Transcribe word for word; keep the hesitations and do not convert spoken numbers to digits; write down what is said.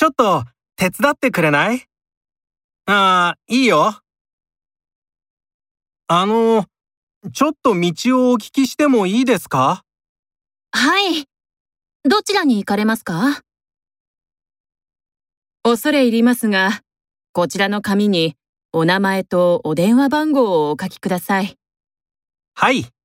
ちょっと手伝ってくれない？ああ、いいよ。あの、ちょっと道をお聞きしてもいいですか？ はい。どちらに行かれますか？恐れ入りますが、こちらの紙にお名前とお電話番号をお書きください。 はい。